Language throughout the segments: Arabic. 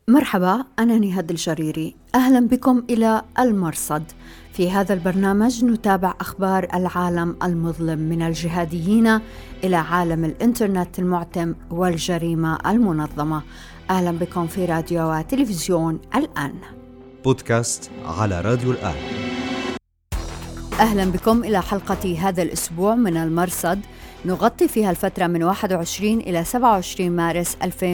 مرحبا، أنا نهاد الجريري. أهلا بكم إلى المرصد. في هذا البرنامج نتابع أخبار العالم المظلم من الجهاديين إلى عالم الإنترنت المعتم والجريمة المنظمة. أهلا بكم في راديو وتلفزيون الآن. بودكاست على راديو الآن. أهلا بكم إلى حلقة هذا الأسبوع من المرصد، نغطي فيها الفترة من 21 إلى 27 مارس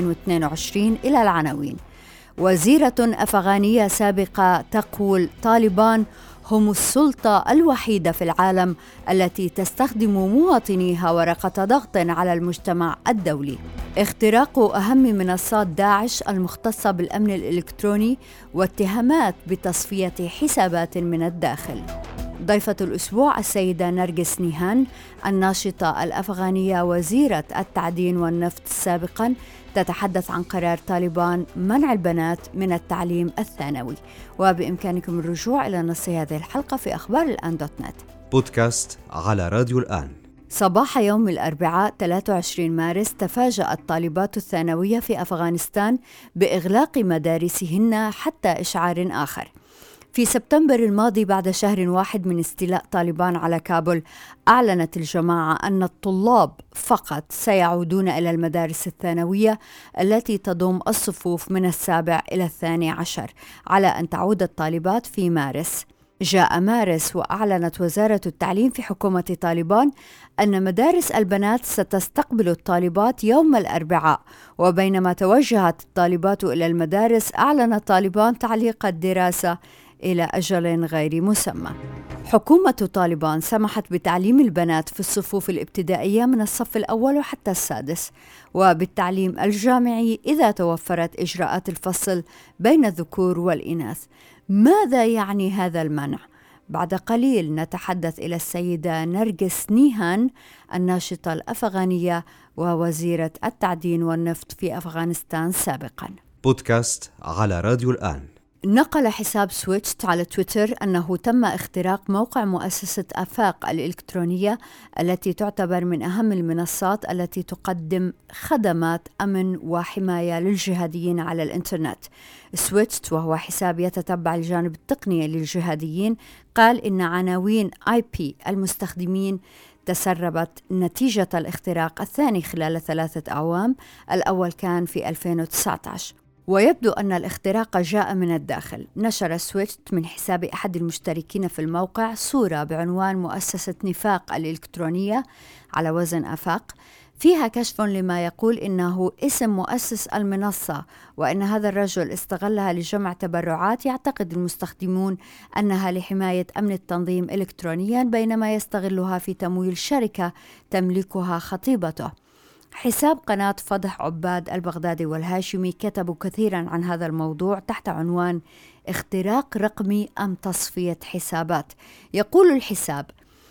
2022. إلى العناوين. وزيرة أفغانية سابقة تقول طالبان هم السلطة الوحيدة في العالم التي تستخدم مواطنيها ورقة ضغط على المجتمع الدولي. اختراق أهم منصات داعش المختصة بالأمن الإلكتروني واتهامات بتصفية حسابات من الداخل. ضيفة الأسبوع السيدة نرجس نيهان، الناشطة الأفغانية وزيرة التعدين والنفط سابقاً، تتحدث عن قرار طالبان منع البنات من التعليم الثانوي. وبإمكانكم الرجوع إلى نص هذه الحلقة في أخبار الآن دوت نت. بودكاست على راديو الآن. صباح يوم الأربعاء 23 مارس تفاجأت طالبات الثانوية في أفغانستان بإغلاق مدارسهن حتى إشعار آخر. في سبتمبر الماضي، بعد شهر واحد من استيلاء طالبان على كابول، أعلنت الجماعة أن الطلاب فقط سيعودون إلى المدارس الثانوية التي تضم الصفوف من 7 إلى 12، على أن تعود الطالبات في مارس. جاء مارس وأعلنت وزارة التعليم في حكومة طالبان أن مدارس البنات ستستقبل الطالبات يوم الأربعاء. وبينما توجهت الطالبات إلى المدارس، أعلن طالبان تعليق الدراسة إلى أجل غير مسمى. حكومة طالبان سمحت بتعليم البنات في الصفوف الابتدائية من الصف الأول حتى السادس، وبالتعليم الجامعي إذا توفرت إجراءات الفصل بين الذكور والإناث. ماذا يعني هذا المنع؟ بعد قليل نتحدث إلى السيدة نرجس نيهان، الناشطة الأفغانية ووزيرة التعدين والنفط في أفغانستان سابقاً. بودكاست على راديو الآن. نقل حساب سويتش على تويتر أنه تم اختراق موقع مؤسسة آفاق الإلكترونية التي تعتبر من أهم المنصات التي تقدم خدمات أمن وحماية للجهاديين على الإنترنت. سويتش، وهو حساب يتتبع الجانب التقني للجهاديين، قال إن عناوين IP المستخدمين تسربت نتيجة الاختراق الثاني خلال 3 أعوام. الأول كان في 2019. ويبدو أن الاختراق جاء من الداخل. نشر سويتش من حساب أحد المشتركين في الموقع صورة بعنوان مؤسسة نفاق الإلكترونية على وزن آفاق، فيها كشف لما يقول إنه اسم مؤسس المنصة، وأن هذا الرجل استغلها لجمع تبرعات يعتقد المستخدمون أنها لحماية أمن التنظيم إلكترونيا، بينما يستغلها في تمويل شركة تملكها خطيبته. حساب قناة فضح عباد البغدادي والهاشمي كتبوا كثيرا عن هذا الموضوع تحت عنوان اختراق رقمي أم تصفية حسابات. يقول الحساب: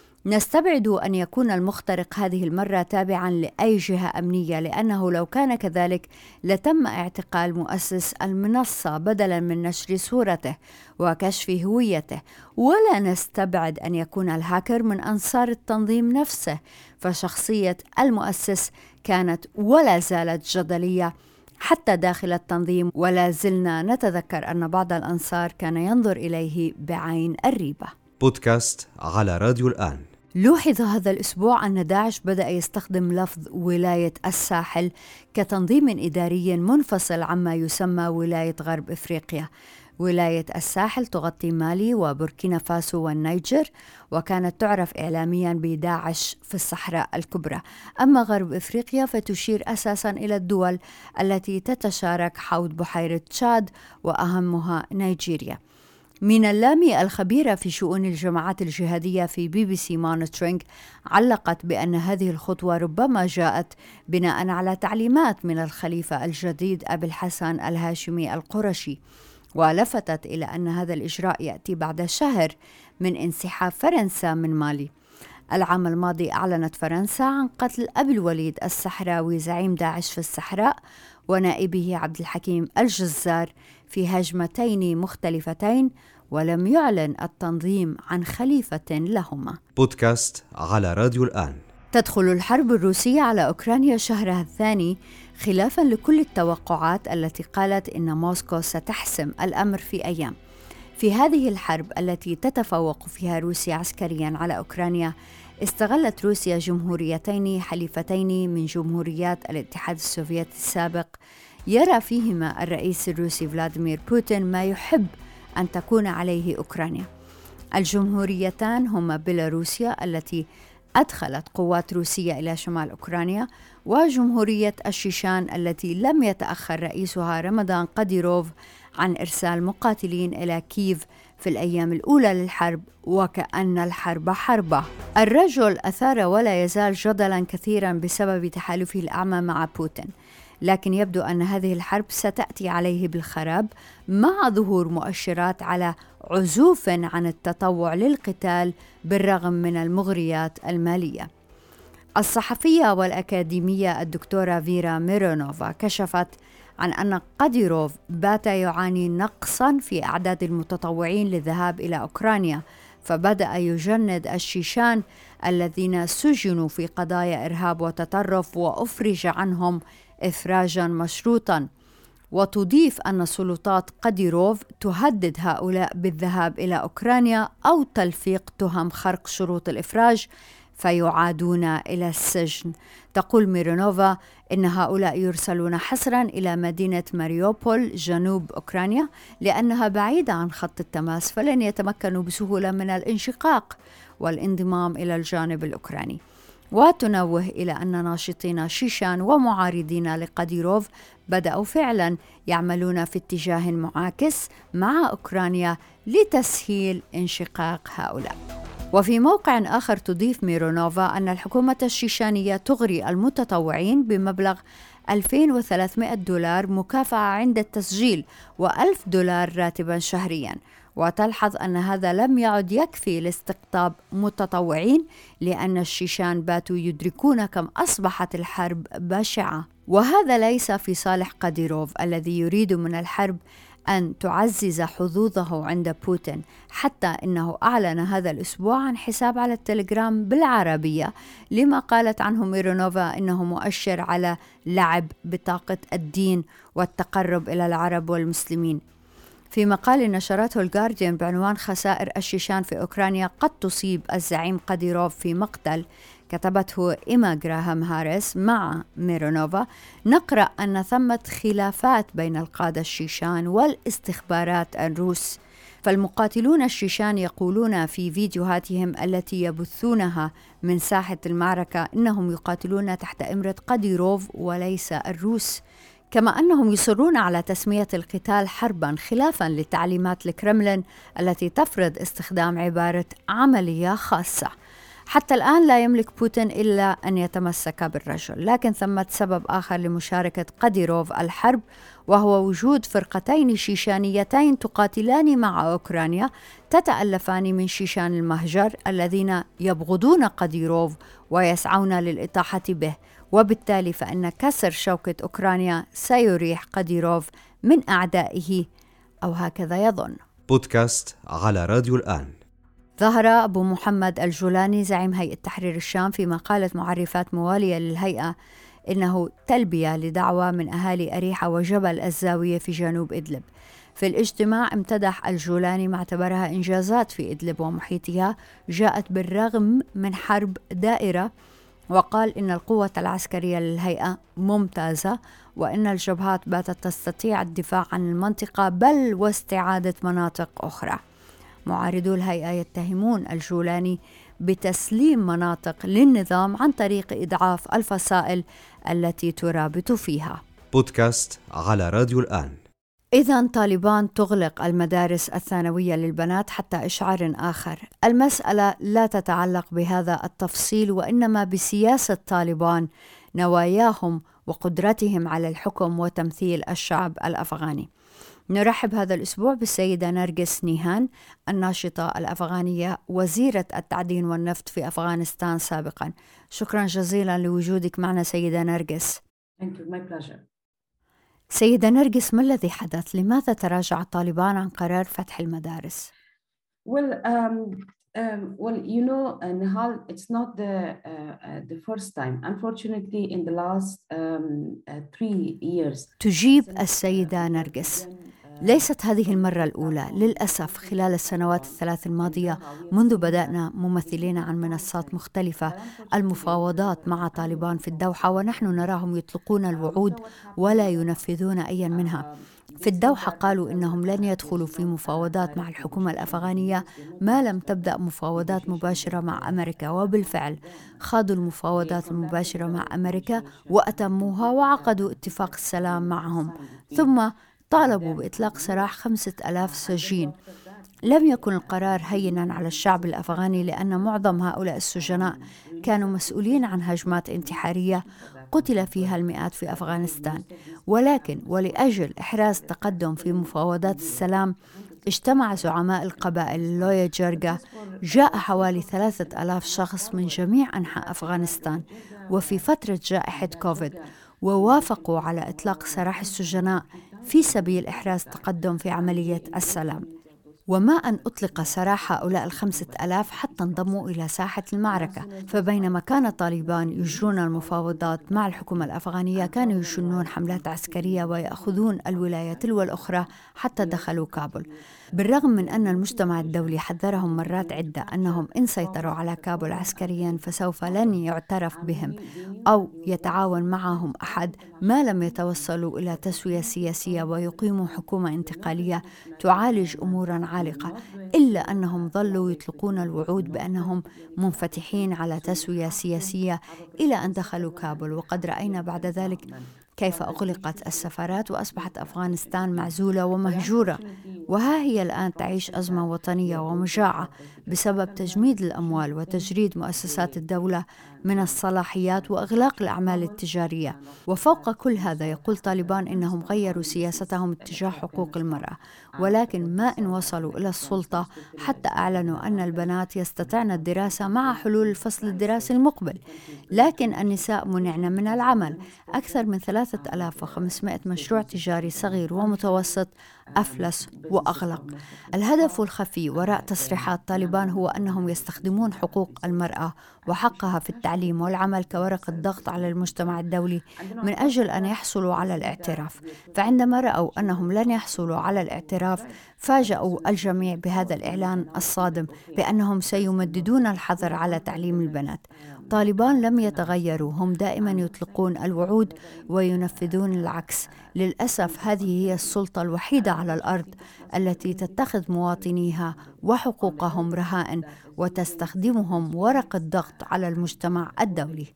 نستبعد أن يكون المخترق هذه المرة تابعا لأي جهة أمنية، لأنه لو كان كذلك لتم اعتقال مؤسس المنصة بدلا من نشر صورته وكشف هويته. ولا نستبعد أن يكون الهاكر من أنصار التنظيم نفسه، فشخصية المؤسس كانت ولا زالت جدلية حتى داخل التنظيم، ولا زلنا نتذكر أن بعض الأنصار كان ينظر إليه بعين الريبة. بودكاست على راديو الآن. لوحظ هذا الأسبوع أن داعش بدأ يستخدم لفظ ولاية الساحل كتنظيم إداري منفصل عما يسمى ولاية غرب إفريقيا. ولاية الساحل تغطي مالي وبوركينا فاسو والنيجر، وكانت تعرف إعلاميا بداعش في الصحراء الكبرى. أما غرب إفريقيا فتشير أساسا إلى الدول التي تتشارك حوض بحيرة تشاد، وأهمها نيجيريا. مينا اللامي، الخبيرة في شؤون الجماعات الجهادية في BBC مونيتورينج، علقت بأن هذه الخطوة ربما جاءت بناء على تعليمات من الخليفة الجديد أبي الحسن الهاشمي القرشي، ولفتت إلى أن هذا الإجراء يأتي بعد شهر من انسحاب فرنسا من مالي. العام الماضي أعلنت فرنسا عن قتل أبي الوليد الصحراوي زعيم داعش في الصحراء ونائبه عبد الحكيم الجزار في هجمتين مختلفتين، ولم يعلن التنظيم عن خليفة لهما. بودكاست على راديو الآن. تدخل الحرب الروسية على أوكرانيا شهرها الثاني خلافاً لكل التوقعات التي قالت إن موسكو ستحسم الأمر في أيام. في هذه الحرب التي تتفوق فيها روسيا عسكرياً على أوكرانيا، استغلت روسيا جمهوريتين حليفتين من جمهوريات الاتحاد السوفيتي السابق، يرى فيهما الرئيس الروسي فلاديمير بوتين ما يحب أن تكون عليه أوكرانيا. الجمهوريتان هما بيلاروسيا التي أدخلت قوات روسية إلى شمال أوكرانيا، وجمهورية الشيشان التي لم يتأخر رئيسها رمضان قاديروف عن إرسال مقاتلين إلى كييف في الأيام الأولى للحرب، وكأن الحرب حربة. الرجل أثار ولا يزال جدلاً كثيراً بسبب تحالفه الأعمى مع بوتين، لكن يبدو أن هذه الحرب ستأتي عليه بالخراب مع ظهور مؤشرات على عزوف عن التطوع للقتال بالرغم من المغريات المالية. الصحفية والأكاديمية الدكتورة فيرا ميرونوفا كشفت عن أن قاديروف بات يعاني نقصاً في أعداد المتطوعين للذهاب إلى أوكرانيا، فبدأ يجند الشيشان الذين سجنوا في قضايا إرهاب وتطرف وأفرج عنهم إفراجاً مشروطاً. وتضيف أن سلطات قاديروف تهدد هؤلاء بالذهاب إلى أوكرانيا أو تلفيق تهم خرق شروط الإفراج فيعادون إلى السجن. تقول ميرونوفا إن هؤلاء يرسلون حصراً إلى مدينة ماريوبول جنوب أوكرانيا لأنها بعيدة عن خط التماس، فلن يتمكنوا بسهولة من الانشقاق والانضمام إلى الجانب الأوكراني. وتنوه إلى أن ناشطين شيشان ومعارضين لقاديروف بدأوا فعلا يعملون في اتجاه معاكس مع أوكرانيا لتسهيل انشقاق هؤلاء. وفي موقع آخر تضيف ميرونوفا أن الحكومة الشيشانية تغري المتطوعين بمبلغ $2300 مكافأة عند التسجيل و$1000 راتبا شهريا. وتلحظ أن هذا لم يعد يكفي لاستقطاب متطوعين لأن الشيشان باتوا يدركون كم أصبحت الحرب بشعة، وهذا ليس في صالح قاديروف الذي يريد من الحرب أن تعزز حظوظه عند بوتين، حتى إنه أعلن هذا الأسبوع عن حساب على التليجرام بالعربية لما قالت عنه ميرونوفا إنه مؤشر على لعب بطاقة الدين والتقرب إلى العرب والمسلمين. في مقال نشرته الجارديان بعنوان خسائر الشيشان في أوكرانيا قد تصيب الزعيم قاديروف في مقتل، كتبته إيما جراهام هاريس مع ميرونوفا، نقرأ أن ثمة خلافات بين القادة الشيشان والاستخبارات الروس. فالمقاتلون الشيشان يقولون في فيديوهاتهم التي يبثونها من ساحة المعركة إنهم يقاتلون تحت إمرة قاديروف وليس الروس، كما أنهم يصرون على تسمية القتال حرباً خلافاً لتعليمات الكرملين التي تفرض استخدام عبارة عملية خاصة. حتى الآن لا يملك بوتين إلا أن يتمسك بالرجل، لكن ثمة سبب آخر لمشاركة قاديروف الحرب، وهو وجود فرقتين شيشانيتين تقاتلان مع أوكرانيا تتألفان من شيشان المهجر الذين يبغضون قاديروف ويسعون للإطاحة به، وبالتالي فإن كسر شوكة أوكرانيا سيريح قاديروف من أعدائه، أو هكذا يظن. بودكاست على راديو الآن. ظهر أبو محمد الجولاني زعيم هيئة تحرير الشام في مقالة معرفات موالية للهيئة إنه تلبية لدعوة من أهالي أريحة وجبل الزاوية في جنوب إدلب. في الاجتماع امتدح الجولاني ما اعتبرها إنجازات في إدلب ومحيطها جاءت بالرغم من حرب دائرة، وقال إن القوة العسكرية للهيئة ممتازة وإن الجبهات باتت تستطيع الدفاع عن المنطقة بل واستعادة مناطق أخرى. معارضو الهيئة يتهمون الجولاني بتسليم مناطق للنظام عن طريق إضعاف الفصائل التي ترابط فيها. بودكاست على راديو الآن. إذن طالبان تغلق المدارس الثانوية للبنات حتى إشعار آخر. المسألة لا تتعلق بهذا التفصيل وإنما بسياسة طالبان، نواياهم وقدرتهم على الحكم وتمثيل الشعب الأفغاني. نرحب هذا الأسبوع بالسيدة نرجس نيهان، الناشطة الأفغانية وزيرة التعدين والنفط في أفغانستان سابقا. شكرا جزيلا لوجودك معنا سيدة نرجس. Thank you, my pleasure. سيدة نرجس، ما الذي حدث؟ لماذا تراجع طالبان عن قرار فتح المدارس؟ Well, Well, you know, Nihal, it's not the first time. Unfortunately, in the last 3 years. تجيب السيدة نرجس: ليست هذه المرة الأولى. للأسف خلال السنوات الثلاث الماضية منذ بدأنا ممثلين عن منصات مختلفة المفاوضات مع طالبان في الدوحة، ونحن نراهم يطلقون الوعود ولا ينفذون أي منها. في الدوحة قالوا إنهم لن يدخلوا في مفاوضات مع الحكومة الأفغانية ما لم تبدأ مفاوضات مباشرة مع أمريكا، وبالفعل خاضوا المفاوضات المباشرة مع أمريكا وأتموها وعقدوا اتفاق السلام معهم، ثم طالبوا بإطلاق سراح 5000 سجين. لم يكن القرار هيناً على الشعب الأفغاني، لأن معظم هؤلاء السجناء كانوا مسؤولين عن هجمات انتحارية قتل فيها المئات في أفغانستان. ولكن ولأجل إحراز تقدم في مفاوضات السلام اجتمع زعماء القبائل اللويا جرجا. جاء حوالي 3000 شخص من جميع أنحاء أفغانستان وفي فترة جائحة كوفيد، ووافقوا على إطلاق سراح السجناء في سبيل إحراز تقدم في عملية السلام. وما أن أطلق سراح هؤلاء 5000 حتى انضموا إلى ساحة المعركة. فبينما كان طالبان يجرون المفاوضات مع الحكومة الأفغانية، كانوا يشنون حملات عسكرية ويأخذون الولايات تلو الأخرى حتى دخلوا كابول. بالرغم من أن المجتمع الدولي حذرهم مرات عدة أنهم إن سيطروا على كابول عسكريا فسوف لن يعترف بهم أو يتعاون معهم أحد ما لم يتوصلوا إلى تسوية سياسية ويقيموا حكومة انتقالية تعالج أمورا عالقة، إلا أنهم ظلوا يطلقون الوعود بأنهم منفتحين على تسوية سياسية إلى أن دخلوا كابول. وقد رأينا بعد ذلك كيف أغلقت السفارات وأصبحت أفغانستان معزولة ومهجورة، وها هي الآن تعيش أزمة وطنية ومجاعة بسبب تجميد الأموال وتجريد مؤسسات الدولة من الصلاحيات وإغلاق الأعمال التجارية. وفوق كل هذا يقول طالبان إنهم غيروا سياستهم اتجاه حقوق المرأة، ولكن ما إن وصلوا إلى السلطة حتى أعلنوا أن البنات يستطيعن الدراسة مع حلول الفصل الدراسي المقبل، لكن النساء منعن من العمل. أكثر من 3500 مشروع تجاري صغير ومتوسط أفلس وأغلق. الهدف الخفي وراء تصريحات طالبان هو أنهم يستخدمون حقوق المرأة وحقها في التعليم والعمل كورقة ضغط على المجتمع الدولي من أجل أن يحصلوا على الاعتراف. فعندما رأوا أنهم لن يحصلوا على الاعتراف فاجأوا الجميع بهذا الإعلان الصادم بأنهم سيمددون الحظر على تعليم البنات. طالبان لم يتغيروا، هم دائما يطلقون الوعود وينفذون العكس. للأسف هذه هي السلطة الوحيدة على الأرض التي تتخذ مواطنيها وحقوقهم رهائن وتستخدمهم ورقة ضغط على المجتمع الدولي.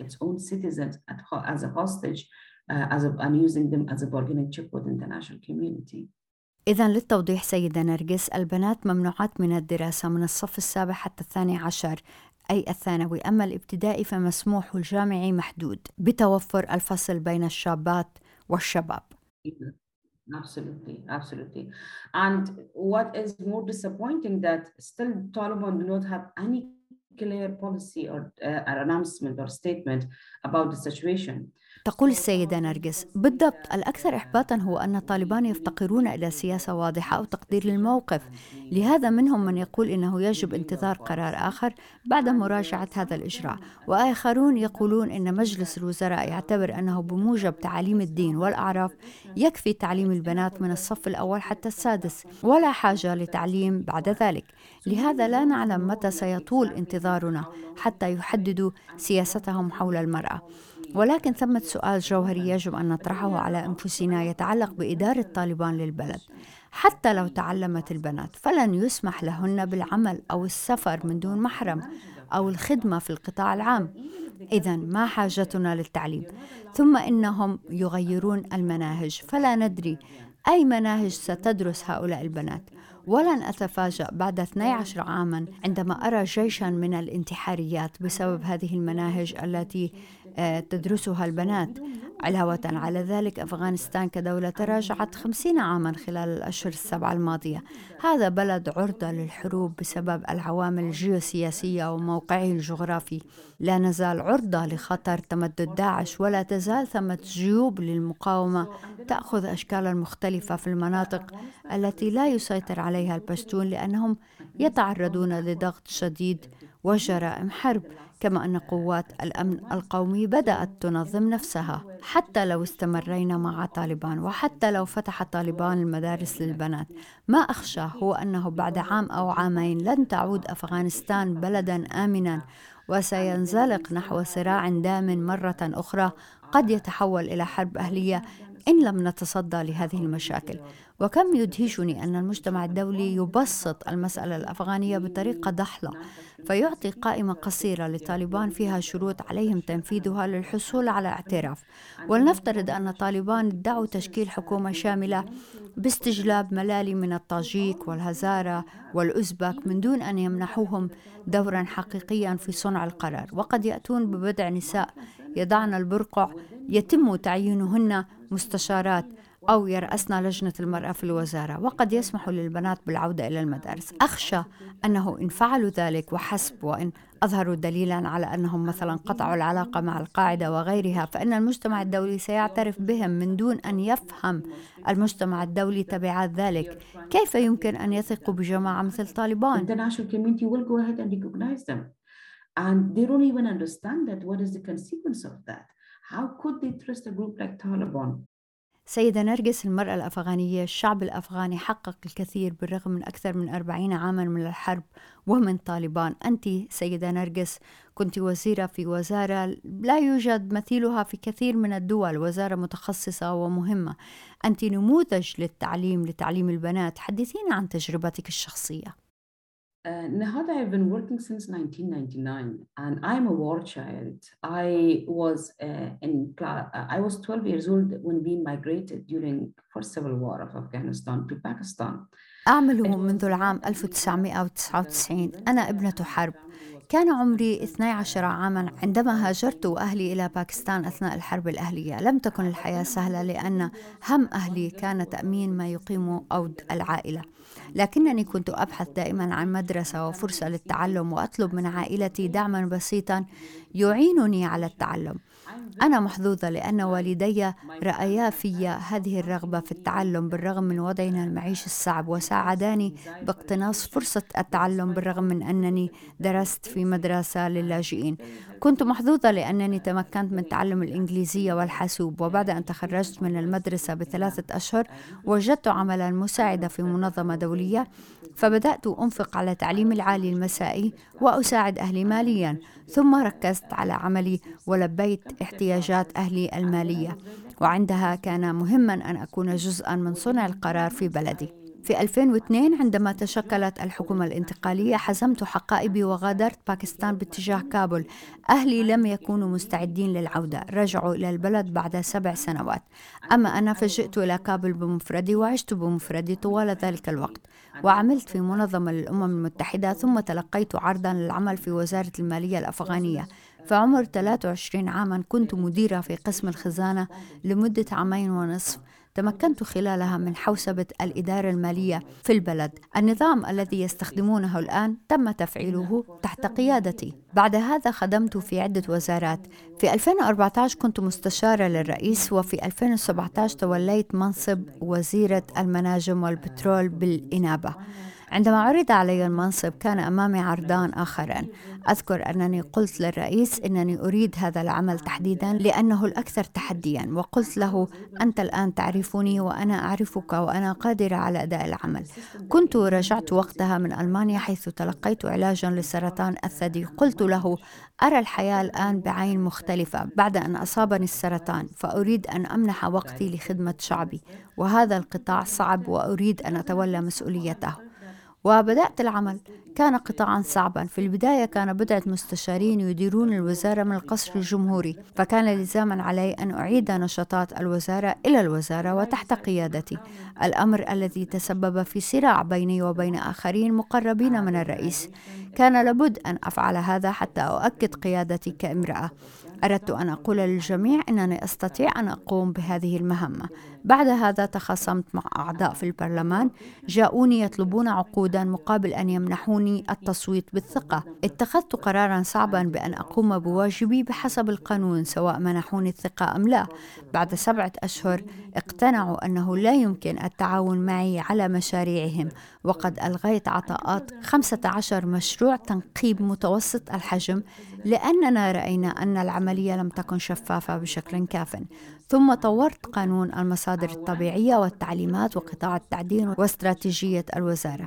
إذن للتوضيح سيدة نرجس، البنات ممنوعات من الدراسة من الصف السابع حتى 12 أي الثانوي، أما الابتدائي فمسموح والجامعي محدود بتوفر الفصل بين الشابات والشباب. Absolutely. And what is more disappointing that still Taliban do not have any clear policy or announcement or statement about the situation. تقول السيدة نرجس: بالضبط، الأكثر إحباطاً هو أن طالبان يفتقرون إلى سياسة واضحة أو تقدير للموقف. لهذا منهم من يقول إنه يجب انتظار قرار آخر بعد مراجعة هذا الإجراء، وآخرون يقولون إن مجلس الوزراء يعتبر أنه بموجب تعاليم الدين والأعراف يكفي تعليم البنات من الصف الأول حتى السادس ولا حاجة لتعليم بعد ذلك. لهذا لا نعلم متى سيطول انتظارنا حتى يحددوا سياستهم حول المرأة. ولكن ثمة سؤال جوهري يجب أن نطرحه على أنفسنا يتعلق بإدارة طالبان للبلد. حتى لو تعلمت البنات فلن يسمح لهن بالعمل أو السفر من دون محرم أو الخدمة في القطاع العام. إذن ما حاجتنا للتعليم؟ ثم إنهم يغيرون المناهج، فلا ندري أي مناهج ستدرس هؤلاء البنات. ولن أتفاجأ بعد 12 عاما عندما أرى جيشا من الانتحاريات بسبب هذه المناهج التي تدرسها البنات. علاوة على ذلك، أفغانستان كدولة تراجعت 50 عاما خلال الأشهر السبعة الماضية. هذا بلد عرضة للحروب بسبب العوامل الجيوسياسية وموقعه الجغرافي. لا نزال عرضة لخطر تمدد داعش، ولا تزال ثمة جيوب للمقاومة تأخذ أشكالا مختلفة في المناطق التي لا يسيطر عليها البشتون، لأنهم يتعرضون لضغط شديد وجرائم حرب. كما أن قوات الأمن القومي بدأت تنظم نفسها. حتى لو استمرينا مع طالبان، وحتى لو فتح طالبان المدارس للبنات، ما أخشى هو أنه بعد عام أو عامين لن تعود أفغانستان بلدا آمنا، وسينزلق نحو صراع دام مرة أخرى قد يتحول إلى حرب أهلية إن لم نتصدى لهذه المشاكل. وكم يدهشني أن المجتمع الدولي يبسط المسألة الأفغانية بطريقة ضحلة، فيعطي قائمة قصيرة لطالبان فيها شروط عليهم تنفيذها للحصول على اعتراف. ولنفترض أن طالبان ادعوا تشكيل حكومة شاملة باستجلاب ملالي من الطاجيك والهزارة والأوزبك من دون أن يمنحوهم دورا حقيقيا في صنع القرار، وقد يأتون ببضع نساء يضعن البرقع يتم تعيينهن مستشارات أو يرأسن لجنة المرأة في الوزارة، وقد يسمح للبنات بالعودة إلى المدارس. أخشى أنه إن فعلوا ذلك وحسب، وإن أظهروا دليلا على أنهم مثلا قطعوا العلاقة مع القاعدة وغيرها، فإن المجتمع الدولي سيعترف بهم من دون أن يفهم المجتمع الدولي تبعات ذلك. كيف يمكن أن يثقوا بجماعة مثل طالبان؟ International community will go ahead and recognize them. And they don't even understand that what is the consequence of that. How could they trust a group like Taliban? سيدة نرجس، المرأة الأفغانية، الشعب الأفغاني حقق الكثير بالرغم من أكثر من 40 عاما من الحرب ومن طالبان. أنت سيدة نرجس كنت وزيرة في وزارة لا يوجد مثيلها في كثير من الدول، وزارة متخصصة ومهمة. أنت نموذج لتعليم البنات. حدثينا عن تجربتك الشخصية. Nahada, I've been working since 1999, and I'm a war child. I was 12 years old when we migrated during first civil war of Afghanistan to Pakistan. أعمل منذ العام 1999. أنا ابنة حرب. كان عمري 12 عاما عندما هاجرت أهلي إلى باكستان أثناء الحرب الأهلية. لم تكن الحياة سهلة، لأن هم أهلي كان تأمين ما يقيم عود العائلة، لكنني كنت أبحث دائما عن مدرسة وفرصة للتعلم، وأطلب من عائلتي دعما بسيطا يعينني على التعلم. أنا محظوظة لأن والدي رأيا في هذه الرغبة في التعلم بالرغم من وضعنا المعيشي الصعب، وساعداني باقتناص فرصة التعلم بالرغم من أنني درست في مدرسة للاجئين. كنت محظوظة لأنني تمكنت من تعلم الإنجليزية والحاسوب، وبعد أن تخرجت من المدرسة ب3 أشهر وجدت عملا مساعدة في منظمة دولية، فبدأت أنفق على تعليم العالي المسائي وأساعد أهلي ماليا، ثم ركزت على عملي ولبيت احتياجات أهلي المالية، وعندها كان مهما أن أكون جزءا من صنع القرار في بلدي. في 2002 عندما تشكلت الحكومة الانتقالية حزمت حقائبي وغادرت باكستان باتجاه كابول. أهلي لم يكونوا مستعدين للعودة، رجعوا إلى البلد بعد 7 سنوات. أما أنا فجئت إلى كابول بمفردي وعشت بمفردي طوال ذلك الوقت، وعملت في منظمة للأمم المتحدة، ثم تلقيت عرضا للعمل في وزارة المالية الأفغانية. في عمر 23 عاما كنت مديرة في قسم الخزانة لمدة 2.5 عام. تمكنت خلالها من حوسبة الإدارة المالية في البلد. النظام الذي يستخدمونه الآن تم تفعيله تحت قيادتي. بعد هذا خدمت في عدة وزارات. في 2014 كنت مستشارة للرئيس، وفي 2017 توليت منصب وزيرة المناجم والبترول بالإنابة. عندما عرض علي المنصب كان أمامي عرضان آخران. أذكر أنني قلت للرئيس إنني أريد هذا العمل تحديدا لأنه الأكثر تحديا، وقلت له أنت الآن تعرفني وأنا أعرفك وأنا قادرة على أداء العمل. كنت رجعت وقتها من ألمانيا حيث تلقيت علاجا لسرطان الثدي. قلت له أرى الحياة الآن بعين مختلفة بعد أن أصابني السرطان، فأريد أن أمنح وقتي لخدمة شعبي، وهذا القطاع صعب وأريد أن أتولى مسؤوليته. وبدأت العمل. كان قطاعا صعبا. في البداية كان بضعة مستشارين يديرون الوزارة من القصر الجمهوري، فكان لزاما علي أن أعيد نشاطات الوزارة إلى الوزارة وتحت قيادتي، الأمر الذي تسبب في صراع بيني وبين آخرين مقربين من الرئيس. كان لابد أن أفعل هذا حتى أؤكد قيادتي كامرأة. أردت أن أقول للجميع أنني أستطيع أن أقوم بهذه المهمة. بعد هذا تخاصمت مع أعضاء في البرلمان، جاءوني يطلبون عقودا مقابل أن يمنحوني التصويت بالثقة. اتخذت قرارا صعبا بأن أقوم بواجبي بحسب القانون سواء منحوني الثقة أم لا. بعد 7 أشهر اقتنعوا أنه لا يمكن التعاون معي على مشاريعهم، وقد ألغيت عطاءات 15 مشروع تنقيب متوسط الحجم لأننا رأينا أن العملية لم تكن شفافة بشكل كاف. ثم طورت قانون المصادر الطبيعية والتعليمات وقطاع التعدين واستراتيجية الوزارة،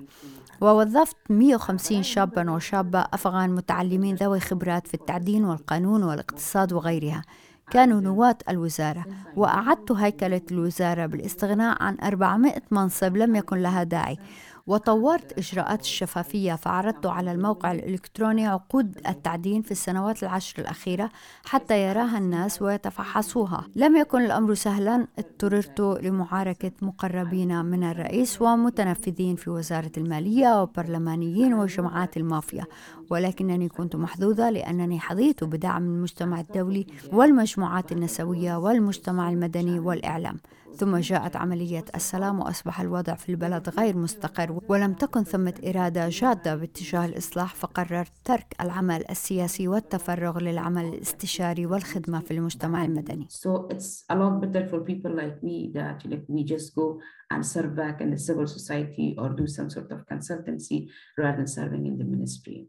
ووظفت 150 شابا وشابة أفغان متعلمين ذوي خبرات في التعدين والقانون والاقتصاد وغيرها. كانوا نواة الوزارة، وأعدت هيكلة الوزارة بالاستغناء عن 400 منصب لم يكن لها داعي، وطورت إجراءات الشفافية، فعرضت على الموقع الإلكتروني عقود التعدين في السنوات 10 الأخيرة حتى يراها الناس ويتفحصوها. لم يكن الأمر سهلا، اضطررت لمعاركة مقربين من الرئيس ومتنفذين في وزارة المالية وبرلمانيين وجماعات المافيا، ولكنني كنت محظوظة لأنني حظيت بدعم المجتمع الدولي والمجموعات النسوية والمجتمع المدني والإعلام. ثم جاءت عملية السلام وأصبح الوضع في البلد غير مستقر، ولم تكن ثمة إرادة جادة باتجاه الإصلاح، فقررت ترك العمل السياسي والتفرغ للعمل الاستشاري والخدمة في المجتمع المدني. So it's a lot better for people like me that we just go and serve back in the civil society or do some sort of consultancy rather than serving in the ministry.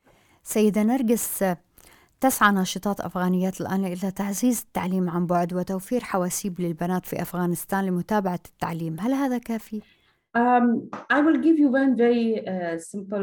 سيدة نرجس، تسعى ناشطات أفغانيات الآن إلى تعزيز التعليم عن بعد وتوفير حواسيب للبنات في أفغانستان لمتابعة التعليم، هل هذا كافي؟ I will give you one very simple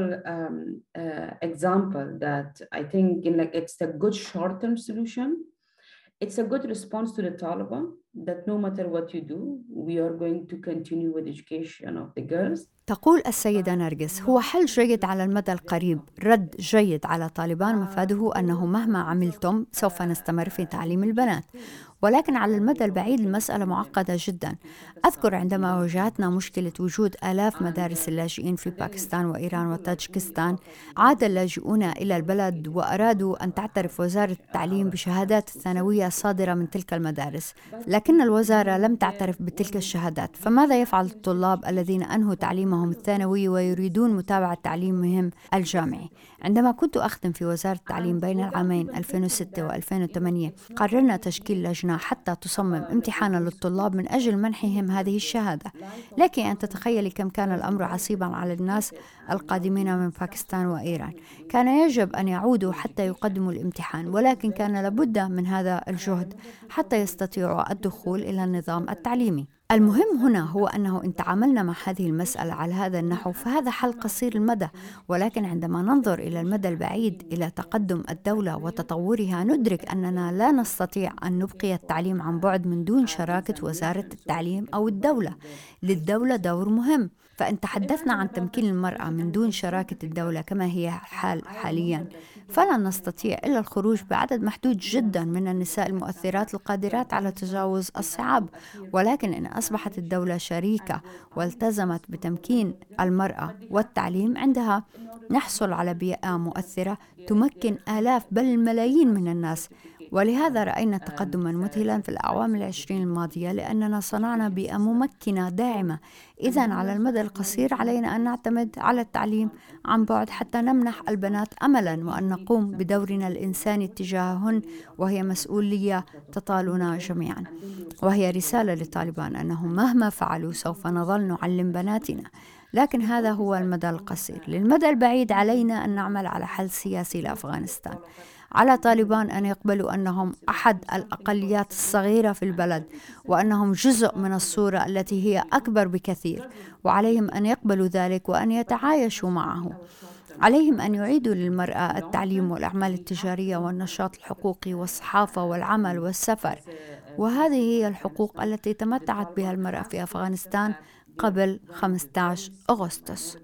example that I think it's a good short-term solution. It's a good response to the Taliban that no matter what you do, we are going to continue with education of the girls. تقول السيدة نرجس: هو حل جيد على المدى القريب، رد جيد على طالبان مفاده أنه مهما عملتم سوف نستمر في تعليم البنات، ولكن على المدى البعيد المسألة معقدة جدا. أذكر عندما واجهتنا مشكلة وجود آلاف مدارس اللاجئين في باكستان وإيران وتاجكستان، عاد اللاجئون إلى البلد وأرادوا أن تعترف وزارة التعليم بشهادات الثانوية الصادرة من تلك المدارس، لكن الوزارة لم تعترف بتلك الشهادات. فماذا يفعل الطلاب الذين أنهوا تعليمهم الثانوي ويريدون متابعة تعليمهم الجامعي؟ عندما كنت أخدم في وزارة التعليم بين العامين 2006 و2008، قررنا تشكيل لجنة حتى تصمم امتحانا للطلاب من أجل منحهم هذه الشهادة. لكن أن تتخيلي كم كان الأمر عصيبا على الناس القادمين من باكستان وإيران. كان يجب أن يعودوا حتى يقدموا الامتحان، ولكن كان لابد من هذا الجهد حتى يستطيعوا الدخول إلى النظام التعليمي. المهم هنا هو أنه إن تعاملنا مع هذه المسألة على هذا النحو فهذا حل قصير المدى، ولكن عندما ننظر إلى المدى البعيد إلى تقدم الدولة وتطورها، ندرك أننا لا نستطيع أن نبقي التعليم عن بعد من دون شراكة وزارة التعليم أو الدولة. للدولة دور مهم، فإن تحدثنا عن تمكين المرأة من دون شراكة الدولة كما هي الحال حاليا، فلن نستطيع إلا الخروج بعدد محدود جدا من النساء المؤثرات القادرات على تجاوز الصعاب. ولكن إن أصبحت الدولة شريكة والتزمت بتمكين المرأة والتعليم، عندها نحصل على بيئة مؤثرة تمكن آلاف بل الملايين من الناس. ولهذا رأينا تقدما مذهلا في الأعوام 20 الماضية، لأننا صنعنا بيئة ممكنة داعمة. إذن على المدى القصير علينا أن نعتمد على التعليم عن بعد حتى نمنح البنات أملا، وأن نقوم بدورنا الإنساني تجاههن، وهي مسؤولية تطالنا جميعا. وهي رسالة لطالبان أنهم مهما فعلوا سوف نظل نعلم بناتنا. لكن هذا هو المدى القصير. للمدى البعيد علينا أن نعمل على حل سياسي لأفغانستان. على طالبان أن يقبلوا أنهم أحد الأقليات الصغيرة في البلد، وأنهم جزء من الصورة التي هي أكبر بكثير، وعليهم أن يقبلوا ذلك وأن يتعايشوا معه. عليهم أن يعيدوا للمرأة التعليم والأعمال التجارية والنشاط الحقوقي والصحافة والعمل والسفر، وهذه هي الحقوق التي تمتعت بها المرأة في أفغانستان قبل 15 أغسطس.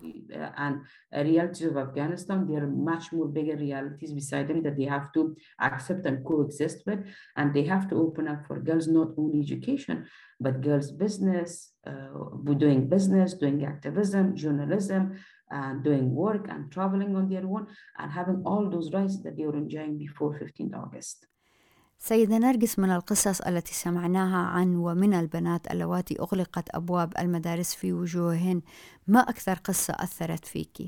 and realities of Afghanistan. There are much more bigger realities beside them that they have to accept and coexist with, and they have to open up for girls not only education, but girls business, doing activism, journalism, and doing work and traveling on their own, and having all those rights that they were enjoying before 15th August. سيدة نرجس، من القصص التي سمعناها عن ومن البنات اللواتي أغلقت أبواب المدارس في وجوههن، ما أكثر قصة أثرت فيكي؟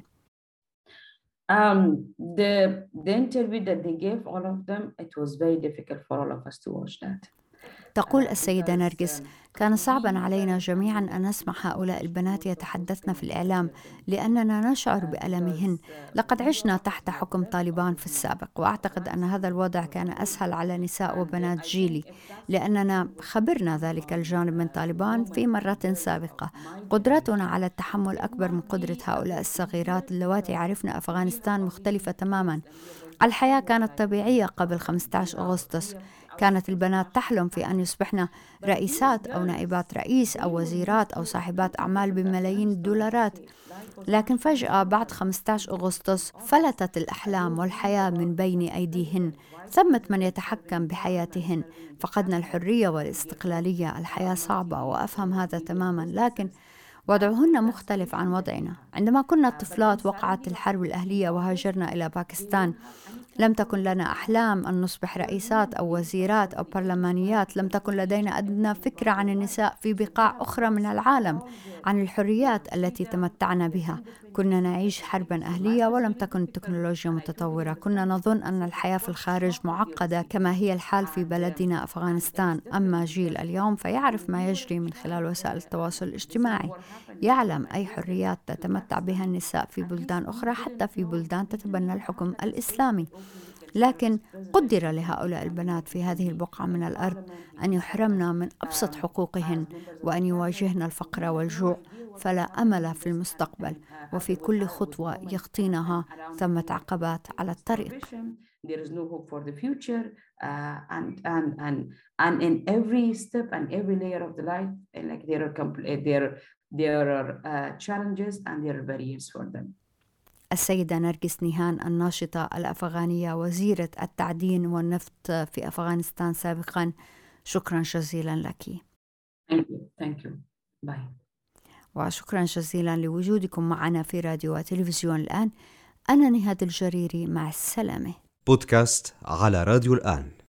The interview that they gave all of them, it was very difficult for all of us to watch that. تقول السيدة نرجس: كان صعبا علينا جميعا أن نسمع هؤلاء البنات يتحدثن في الإعلام لأننا نشعر بألمهن. لقد عشنا تحت حكم طالبان في السابق، وأعتقد أن هذا الوضع كان أسهل على نساء وبنات جيلي لأننا خبرنا ذلك الجانب من طالبان في مرة سابقة. قدرتنا على التحمل أكبر من قدرة هؤلاء الصغيرات اللواتي عرفن أفغانستان مختلفة تماما. الحياة كانت طبيعية قبل 15 أغسطس. كانت البنات تحلم في أن يصبحن رئيسات أو نائبات رئيس أو وزيرات أو صاحبات أعمال بملايين الدولارات، لكن فجأة بعد 15 أغسطس فلتت الأحلام والحياة من بين أيديهن. ثمة من يتحكم بحياتهن. فقدنا الحرية والاستقلالية. الحياة صعبة وأفهم هذا تماما، لكن وضعهن مختلف عن وضعنا. عندما كنا طفلات وقعت الحرب الأهلية وهاجرنا إلى باكستان. لم تكن لنا أحلام أن نصبح رئيسات أو وزيرات أو برلمانيات. لم تكن لدينا أدنى فكرة عن النساء في بقاع أخرى من العالم، عن الحريات التي تمتعنا بها. كنا نعيش حربا أهلية ولم تكن التكنولوجيا متطورة. كنا نظن أن الحياة في الخارج معقدة كما هي الحال في بلدنا أفغانستان. أما جيل اليوم فيعرف ما يجري من خلال وسائل التواصل الاجتماعي. يعلم أي حريات تتمتع بها النساء في بلدان أخرى، حتى في بلدان تتبنى الحكم الإسلامي. لكن قدر لهؤلاء البنات في هذه البقعة من الأرض أن يحرمنا من أبسط حقوقهن وأن يواجهن الفقر والجوع. فلا أمل في المستقبل، وفي كل خطوة يخطينها ثمة عقبات على الطريق. There is no hope for the future, and in every step and every layer of the life, and like there are challenges and there are barriers for them. السيدة نرجس نيهان، الناشطة الأفغانية وزيرة التعدين والنفط في أفغانستان سابقا، شكرا جزيلا لك. Thank you. Bye. وشكرا جزيلا لوجودكم معنا في راديو وتلفزيون الآن. أنا نهاد الجريري، مع السلامة. بودكاست على راديو الآن.